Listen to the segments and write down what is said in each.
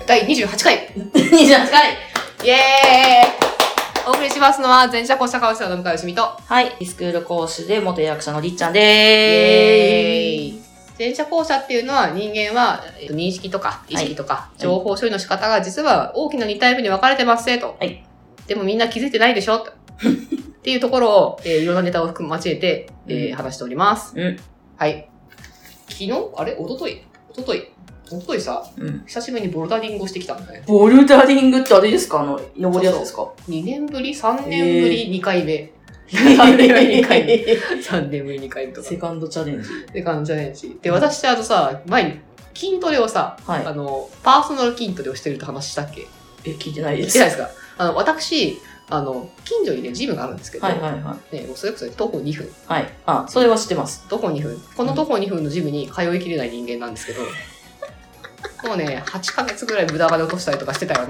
第28回 28回イエーイ。お送りしますのは、前者後者カウンセラーの向井よしみと。 はい。スクール講師で元役者のりっちゃんでイエーす。 ーイ。前者後者っていうのは、人間は認識とか意識とか情報処理の仕方が実は大きな2タイプに分かれてますねと。 はい。 でもみんな気づいてないでしょと。っていうところを、いろんなネタを含む交えて、話しております。はい。昨日おとといさ、久しぶりにボルダリングをしてきたんだね。 ボルダリングってあれですか？登りやつですか ？2年ぶり ?3 年ぶり2回目。3年ぶり2回目。3年ぶり2回目とか。 セカンドチャレンジ。 で、私さ、前に筋トレをさ、 はい、 パーソナル筋トレをしてるって話したっけ？ 聞いてないです。 聞いてないですか？私、近所にね、ジムがあるんですけど、 ね、 もうそれこそ徒歩2分。 はい。それは知ってます。 徒歩2分。この徒歩2分のジムに通いきれない人間なんですけど、もうね、8ヶ月ぐらい無駄金落としたりとかしてたよね。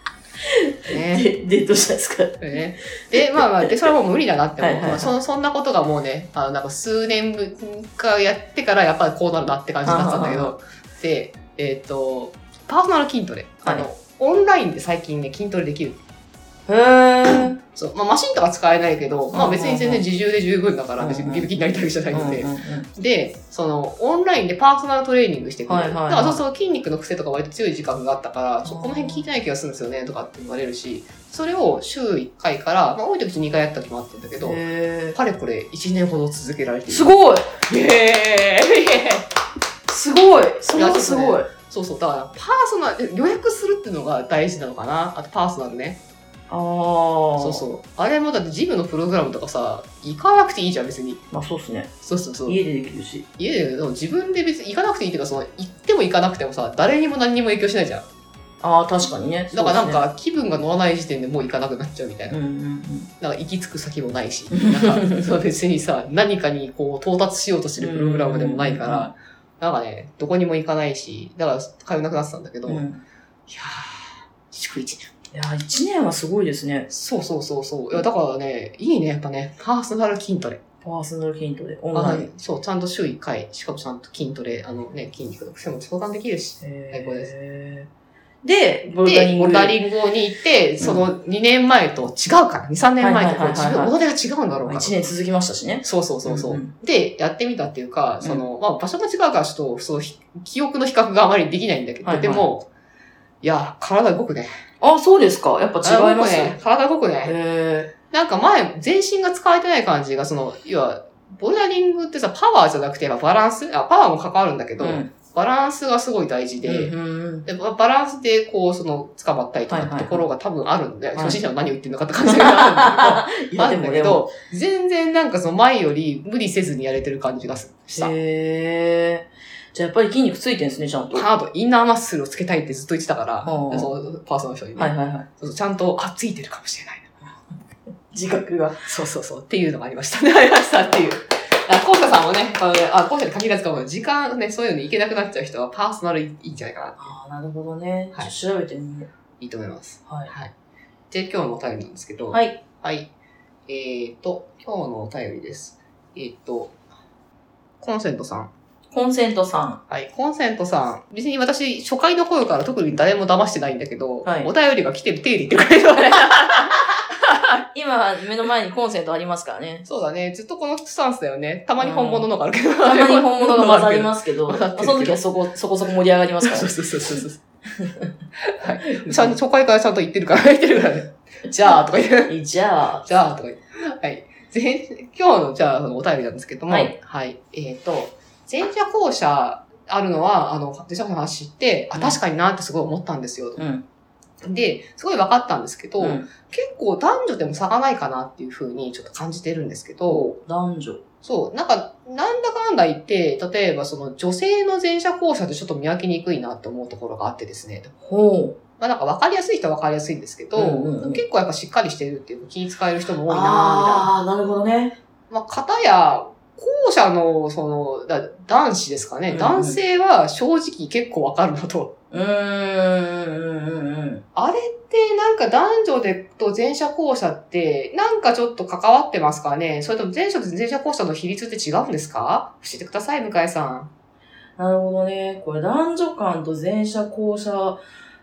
どうしたんですか？ ね。で、で、それはもう無理だなって思う。そんなことがもうね、なんか数年かやってからやっぱりこうなるなって感じになったんだけど、で、パーソナル筋トレ。オンラインで最近ね、筋トレできる。 へー。 そう。マシンとか使えないけど、別に全然自重で十分だから、別にムキムキになりたいわけじゃないので。で、オンラインでパーソナルトレーニングしてくれる。だからそう筋肉の癖とか割と強い時間があったから、この辺聞いてない気がするんですよね、とかって言われるし、それを週1回から、多い時2回やった時もあってんだけど、かれこれ1年ほど続けられている。 すごいすごいそれはすごい。 そう。だから、パーソナル、予約するっていうのが大事なのかな。あと、パーソナルね。そう。あれもだってジムのプログラムとかさ、行かなくていいじゃん、別に。 そうっすね。 そう。 家でできるし。 家で、自分で別に行かなくていいっていうか、行っても行かなくてもさ、誰にも何にも影響しないじゃん。 確かにね。 だからなんか、気分が乗らない時点でもう行かなくなっちゃうみたいな。なんか行き着く先もないし、なんか、別にさ、何かにこう、到達しようとしてるプログラムでもないから、なんかね、どこにも行かないし、だから通えなくなってたんだけど、いやー、祝1年。 いやー、1年はすごいですね。 そう。いや、だからね、いいね、やっぱね、パーソナル筋トレ。 オンライン。 そう、ちゃんと週1回、しかもちゃんと筋トレ、筋肉の癖も相談できるし、最高です。で、ボルダリングに行って、その2年前と違うから、2、3年前とこう、自分、踊りが違うんだろうか。 1年続きましたしね。 そう。で、やってみたっていうか、場所が違うからちょっと、記憶の比較があまりできないんだけど、でも、いや、体動くね。 そうですか。やっぱ違いますね。 体動くね。なんか全身が使えてない感じが、要は、ボルダリングってさ、パワーじゃなくて、バランスパワーも関わるんだけど、バランスがすごい大事で、バランスで捕まったりとかってところが多分あるんで、初心者は何を言ってるのかって感じがあるんだけど、全然なんか前より無理せずにやれてる感じがした。 じゃあやっぱり筋肉ついてるんですね、ちゃんと。 あと、インナーマッスルをつけたいってずっと言ってたから、パーソナル人にね。ちゃんと、ついてるかもしれない。 自覚が。 そう。っていうのがありましたね。ありましたっていう。コウサさんもね、コウサに限らずかも、時間ね、そういうのに行けなくなっちゃう人はパーソナルいいんじゃないかな。 なるほどね。調べてみる。 いいと思います。はい。で、今日のお便りなんですけど。 はい。 今日のお便りです。コンセントさん。はい、コンセントさん。別に私、初回の頃から特に誰も騙してないんだけど、お便りが来てる手で言ってくれるのね。 今、目の前にコンセントありますからね。 そうだね。ずっとこのスタンスだよね。たまに本物のがあるけど。 たまに本物が混ざりますけど、その時はそこそこ盛り上がりますからね。 そう。はい。ちゃんと初回からちゃんと言ってるからね。じゃあ、とか言って。 じゃあ、 とか言って。はい。今日の、じゃあ、お便りなんですけども。はい。前者後者あるのは、前者後者の話して、確かになってすごい思ったんですよ。で、すごい分かったんですけど、結構男女でも差がないかなっていう風にちょっと感じてるんですけど。 男女そう。なんだかんだ言って、例えば女性の前者後者ってちょっと見分けにくいなって思うところがあってですね。なんか分かりやすい人は分かりやすいんですけど、結構やっぱしっかりしてるっていう気に使える人も多いなぁ、みたいな。 なるほどね。 片や、後者の、男子ですかね。男性は正直結構わかるなと。あれってなんか男女でと前者後者ってなんかちょっと関わってますかね？それとも前者と前者後者の比率って違うんですか？教えてください、向井さん。 なるほどね。これ男女間と前者後者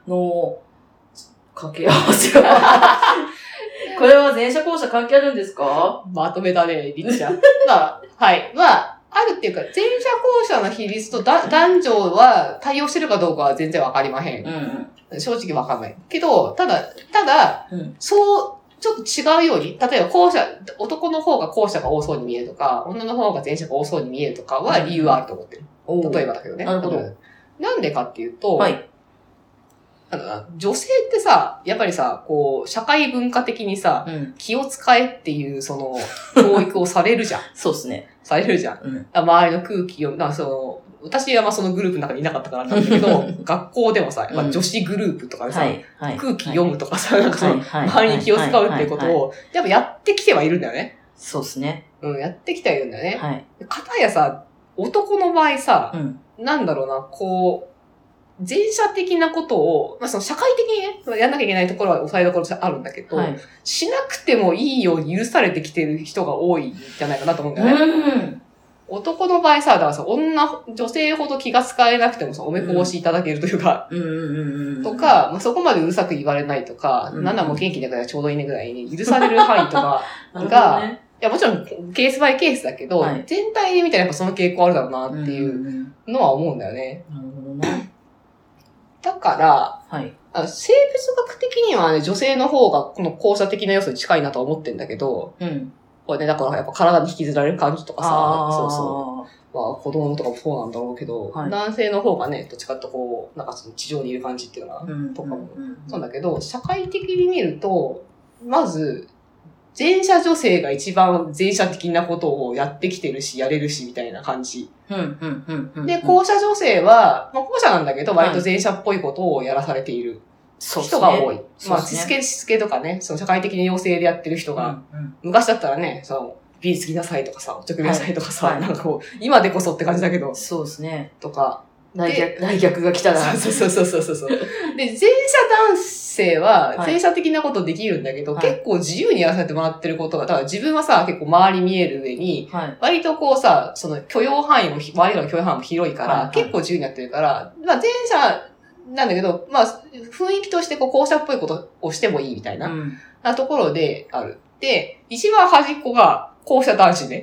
の掛け合わせはこれは前者後者関係あるんですか？ まとめだね、りっちゃん。まあ、はい。まあ、あるっていうか、前者後者の比率と男女は対応してるかどうかは全然わかりまへん。正直わかんない。けど、ただ、そう、ちょっと違うように、例えば男の方が後者が多そうに見えるとか、女の方が前者が多そうに見えるとかは理由はあると思ってる。例えばだけどね。 なるほど。 なんでかっていうと、 はい。 女性ってさ、やっぱりさ、こう、社会文化的にさ、気を使えっていう、教育をされるじゃん。 そうですね。 されるじゃん。周りの空気を、私はそのグループの中にいなかったからなんだけど、学校でもさ、女子グループとかでさ、空気読むとかさ、なんか周りに気を使うっていうことを、やっぱやってきてはいるんだよね。 そうですね。 やってきてはいるんだよね。 はい。 かたやさ、男の場合さ、なんだろうな、こう、前者的なことを、社会的にね、やんなきゃいけないところは抑えどころとしてあるんだけど、しなくてもいいように許されてきてる人が多いんじゃないかなと思うんだよね。男の場合さ、だからさ、女性ほど気が使えなくてもさ、おめこぼしいただけるというか、とか、そこまでうるさく言われないとか、なんならもう元気だからちょうどいいねぐらいに許される範囲とかが、いや、もちろんケースバイケースだけど、全体で見たらやっぱその傾向あるだろうなっていうのは思うんだよね。 なるほどね。 だから、生物学的にはね、女性の方がこの後者的な要素に近いなとは思ってんだけど、これね、だからやっぱ体に引きずられる感じとかさ、そうそう。まあ子供とかもそうなんだろうけど、男性の方がね、どっちかってこう、なんかその地上にいる感じっていうのかな、とかも。そうだけど、社会的に見ると、まず、前者女性が一番前者的なことをやってきてるし、やれるし、みたいな感じ。で、後者女性は、後者なんだけど、割と前者っぽいことをやらされている人が多い。しつけとかね、社会的に要請でやってる人が、昔だったらね、美術着なさいとかさ、おちょくりなさいとかさ、なんかこう、今でこそって感じだけど。 そうですね。 とか。 来客が来たら。 そう。で、前者男性は、前者的なことできるんだけど、結構自由にやらせてもらってることが、だから自分はさ、結構周り見える上に、割とこうさ、許容範囲も、周りの許容範囲も広いから、結構自由にやってるから、前者なんだけど、雰囲気としてこう、後者っぽいことをしてもいいみたいな、ところである。で、一番端っこが、後者男子ね。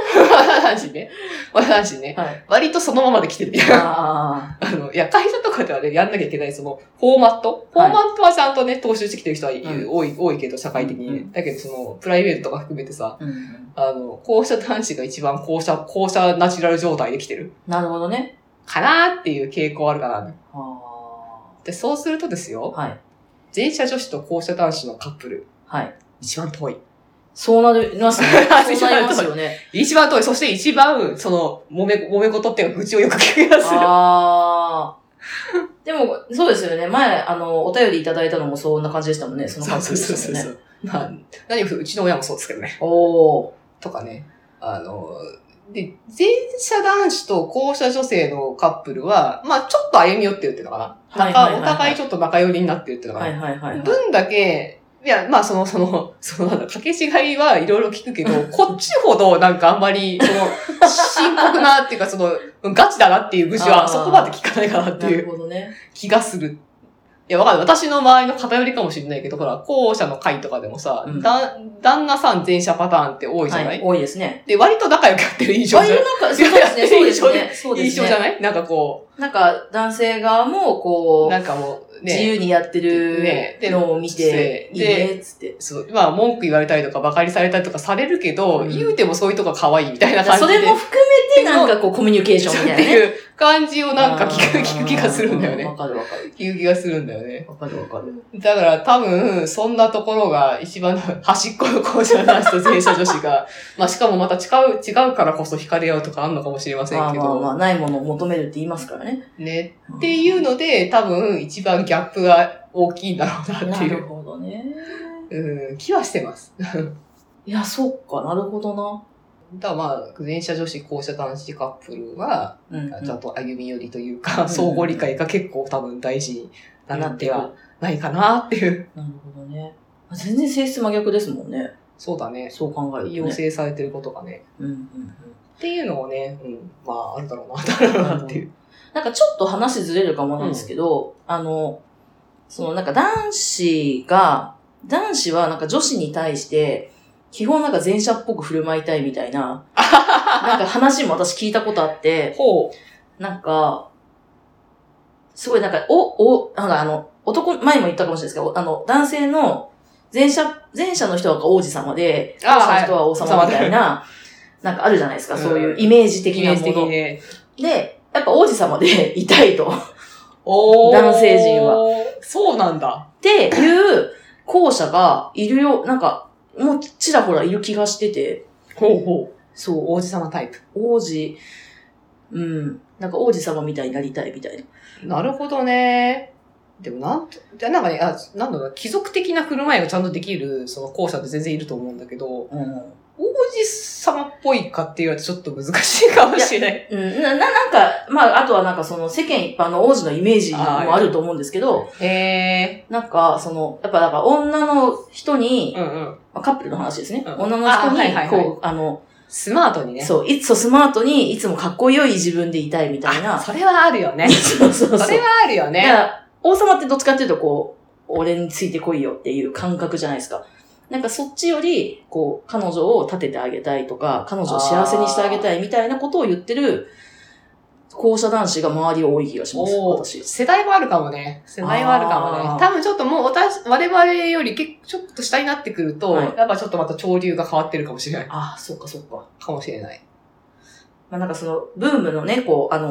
男子ね。割とそのままで来てるみたいな。いや、会社とかではね、やんなきゃいけないフォーマットはちゃんとね、踏襲してきてる人は多いけど、社会的に。だけど、プライベートとか含めてさ、後者男子が一番後者ナチュラル状態で来てる。 なるほどね。 かなーっていう傾向あるかな。で、そうするとですよ。前者女子と後者男子のカップル。一番遠い。 そうなりますね。そうなりますよね。 一番遠い。そして一番、揉め事っていうか、愚痴をよく聞くやつ。 でも、そうですよね。前、お便りいただいたのもそんな感じでしたもんね。その感じでしたもんね。 そう。うちの親もそうですけどね。とかね。で、前者男子と後者女性のカップルは、ちょっと歩み寄ってるっていうのかな。お互いちょっと仲寄りになってるっていうのかな。分だけ、いや、掛け違いはいろいろ聞くけど、こっちほどなんかあんまり、深刻なっていうか、ガチだなっていう愚痴はそこまで聞かないかなっていう気がする。いや、わかる。私の周りの偏りかもしれないけど、ほら、後者の会とかでもさ、旦那さん前者パターンって多いじゃない？ 多いですね。 で、割と仲良くやってる印象じゃない？ そうですね。 印象じゃない？なんかこう。なんか、男性側も、こう、 なんかもう、 自由にやってるのを見て、いいね、つって。 そう、文句言われたりとか、馬鹿にされたりとかされるけど、言うてもそういうとこ可愛いみたいな感じで。 それも含めて、なんかこう、コミュニケーションみたいなね。っていう感じをなんか聞く気がするんだよね。 わかる。 聞く気がするんだよね。 わかる。 だから多分、そんなところが一番端っこの後者男子と前者女子が、しかもまた違うからこそ惹かれ合うとかあんのかもしれませんけど。 ないものを求めるって言いますからね。 ね。っていうので、多分一番ギャップが大きいんだろうなっていう。 なるほどね。 気はしてます。 いや、そっか、なるほどな。 だから前者女子、後者男子カップルは、ちゃんと歩み寄りというか、相互理解が結構多分大事になってはないかなっていう。 なるほどね。全然性質真逆ですもんね。 そうだね。 そう考えると、ね。 要請されてることがね。っていうのをね、あるだろうなっていう。 なんかちょっと話ずれるかもなんですけど、 なんか男子はなんか女子に対して、基本なんか前者っぽく振る舞いたいみたいな、なんか話も私聞いたことあって、なんか、すごいなんか、なんか男、前も言ったかもしれないですけど、男性の前者の人は王子様で、後者の人は王様みたいな、なんかあるじゃないですか、そういうイメージ的なもの。で、やっぱ王子様でいたいと。男性陣は。 そうなんだ。 っていう後者がいるよ、なんか、もうちらほらいる気がしてて。 そう、王子様タイプ。 なんか王子様みたいになりたいみたいな。なるほどね。でもなんかね、なんだろう、貴族的な振る舞いがちゃんとできる、その後者って全然いると思うんだけど、王子様っぽいかって言われてちょっと難しいかもしれない。 なんか、まあ、あとはなんか世間一般の王子のイメージもあると思うんですけど、なんか、やっぱなんか女の人に、カップルの話ですね。女の人に、 スマートにね。 そう、スマートにいつもかっこよい自分でいたいみたいな。 それはあるよね。 そう。 それはあるよね。 王様ってどっちかっていうと俺についてこいよっていう感覚じゃないですか。なんかそっちより、彼女を立ててあげたいとか、彼女を幸せにしてあげたいみたいなことを言ってる、後者男子が周り多い気がします、私。 世代もあるかもね。多分ちょっともう我々よりちょっと下になってくると、やっぱちょっとまた潮流が変わってるかもしれない。 そうか。 かもしれない。 まあなんかブームのね、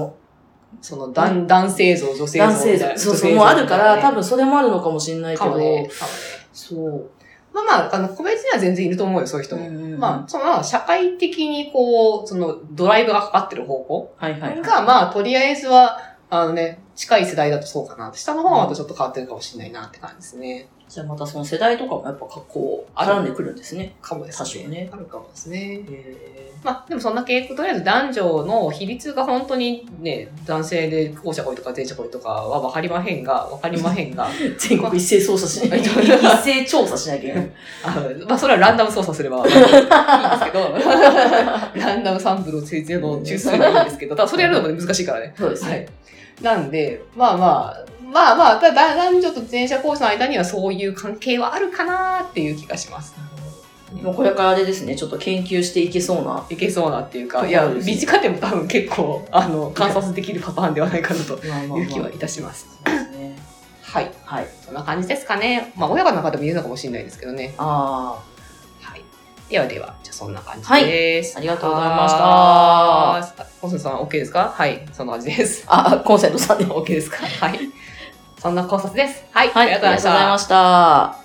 男性像、女性像。 そう、もうあるから、多分それもあるのかもしれないけど。 そう。まあ、個別には全然いると思うよ、そういう人も。まあ、社会的にドライブがかかってる方向が、まあ、とりあえずは、近い世代だとそうかな。下の方はまたちょっと変わってるかもしれないなって感じですね。 じゃあまたその世代とかもやっぱ絡んでくるんですね。 かもですね。 多少ね。 あるかもですね。まあ、でもそんだけ、とりあえず男女の比率が本当にね、男性で後者恋とか前者恋とかはわかりまへんが。 全国一斉操作しないと。一斉調査しなきゃいけない。 まあ、それはランダム操作すればいいんですけど、ランダムサンプルを抽出すればいいんですけど、ただそれやるのも難しいからね。 そうですね。 なんで、まあ、ただ男女と前者後者の間にはそういう関係はあるかなっていう気がします。 もうこれからあれですね、ちょっと研究していけそうなっていうか、いや、身近でも多分結構、観察できるパターンではないかなという気はいたします。 そうですね。 はい。そんな感じですかね。まあ、親がの方もいるのかもしれないですけどね。はい。では、じゃあそんな感じです。 ありがとうございました。 コンセントさん OK ですか？はい、そんな感じです。 コンセントさんで OK ですか？はい。そんな考察です。はい、 ありがとうございました。